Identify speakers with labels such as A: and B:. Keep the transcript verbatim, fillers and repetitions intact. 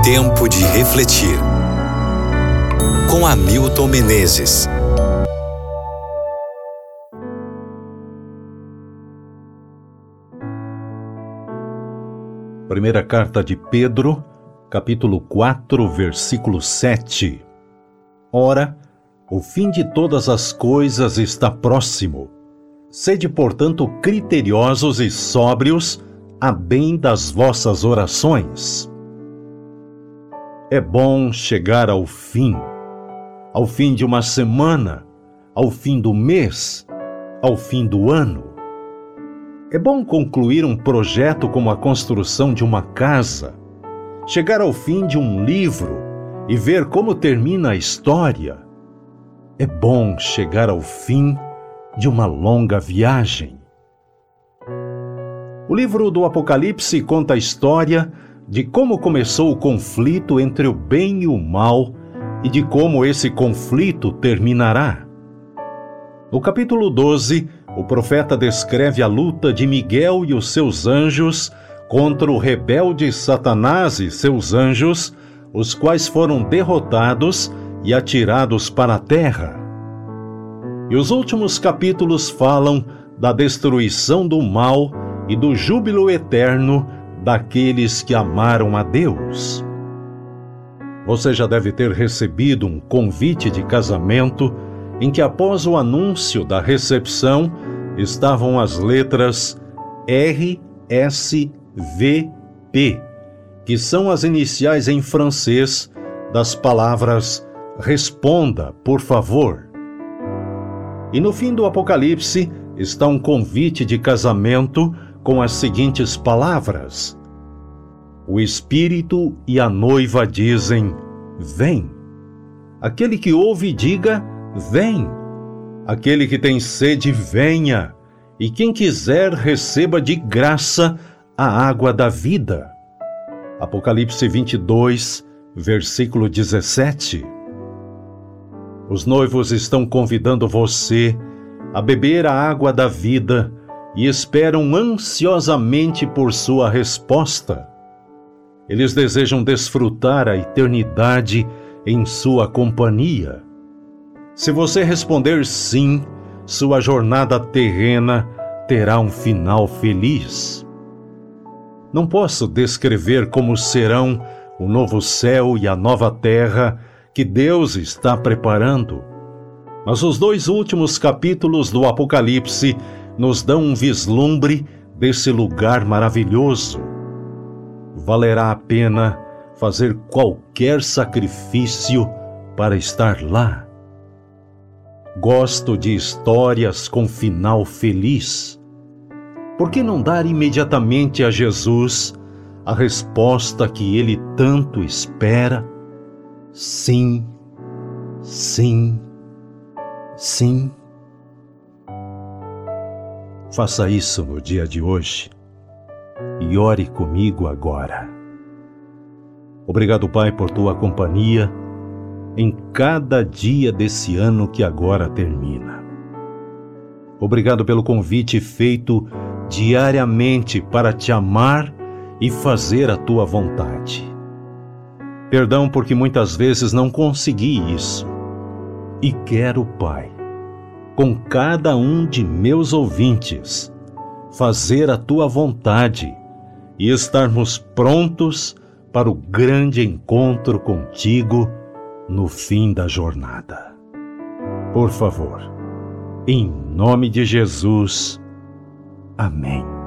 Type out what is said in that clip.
A: Tempo de refletir. Com Hamilton Menezes.
B: Primeira carta de Pedro, capítulo quatro, versículo sete. Ora, o fim de todas as coisas está próximo. Sede, portanto, criteriosos e sóbrios, a bem das vossas orações. É bom chegar ao fim, ao fim de uma semana, ao fim do mês, ao fim do ano. É bom concluir um projeto como a construção de uma casa, chegar ao fim de um livro e ver como termina a história. É bom chegar ao fim de uma longa viagem. O livro do Apocalipse conta a história de como começou o conflito entre o bem e o mal e de como esse conflito terminará. No capítulo doze, o profeta descreve a luta de Miguel e os seus anjos contra o rebelde Satanás e seus anjos, os quais foram derrotados e atirados para a terra. E os últimos capítulos falam da destruição do mal e do júbilo eterno daqueles que amaram a Deus. Você já deve ter recebido um convite de casamento em que, após o anúncio da recepção, estavam as letras R S V P, que são as iniciais em francês das palavras Responda, por favor. E no fim do Apocalipse está um convite de casamento com as seguintes palavras: o Espírito e a noiva dizem, vem. Aquele que ouve, diga, vem. Aquele que tem sede, venha. E quem quiser, receba de graça a água da vida. Apocalipse vinte e dois, versículo dezessete. Os noivos estão convidando você a beber a água da vida e esperam ansiosamente por sua resposta. Eles desejam desfrutar a eternidade em sua companhia. Se você responder sim, sua jornada terrena terá um final feliz. Não posso descrever como serão o novo céu e a nova terra que Deus está preparando, mas os dois últimos capítulos do Apocalipse nos dão um vislumbre desse lugar maravilhoso. Valerá a pena fazer qualquer sacrifício para estar lá. Gosto de histórias com final feliz. Por que não dar imediatamente a Jesus a resposta que ele tanto espera? Sim, sim, sim. Faça isso no dia de hoje e ore comigo agora. Obrigado, Pai, por tua companhia em cada dia desse ano que agora termina. Obrigado pelo convite feito diariamente para te amar e fazer a tua vontade. Perdão porque muitas vezes não consegui isso. E quero, Pai, com cada um de meus ouvintes, fazer a tua vontade e estarmos prontos para o grande encontro contigo no fim da jornada. Por favor, em nome de Jesus, amém.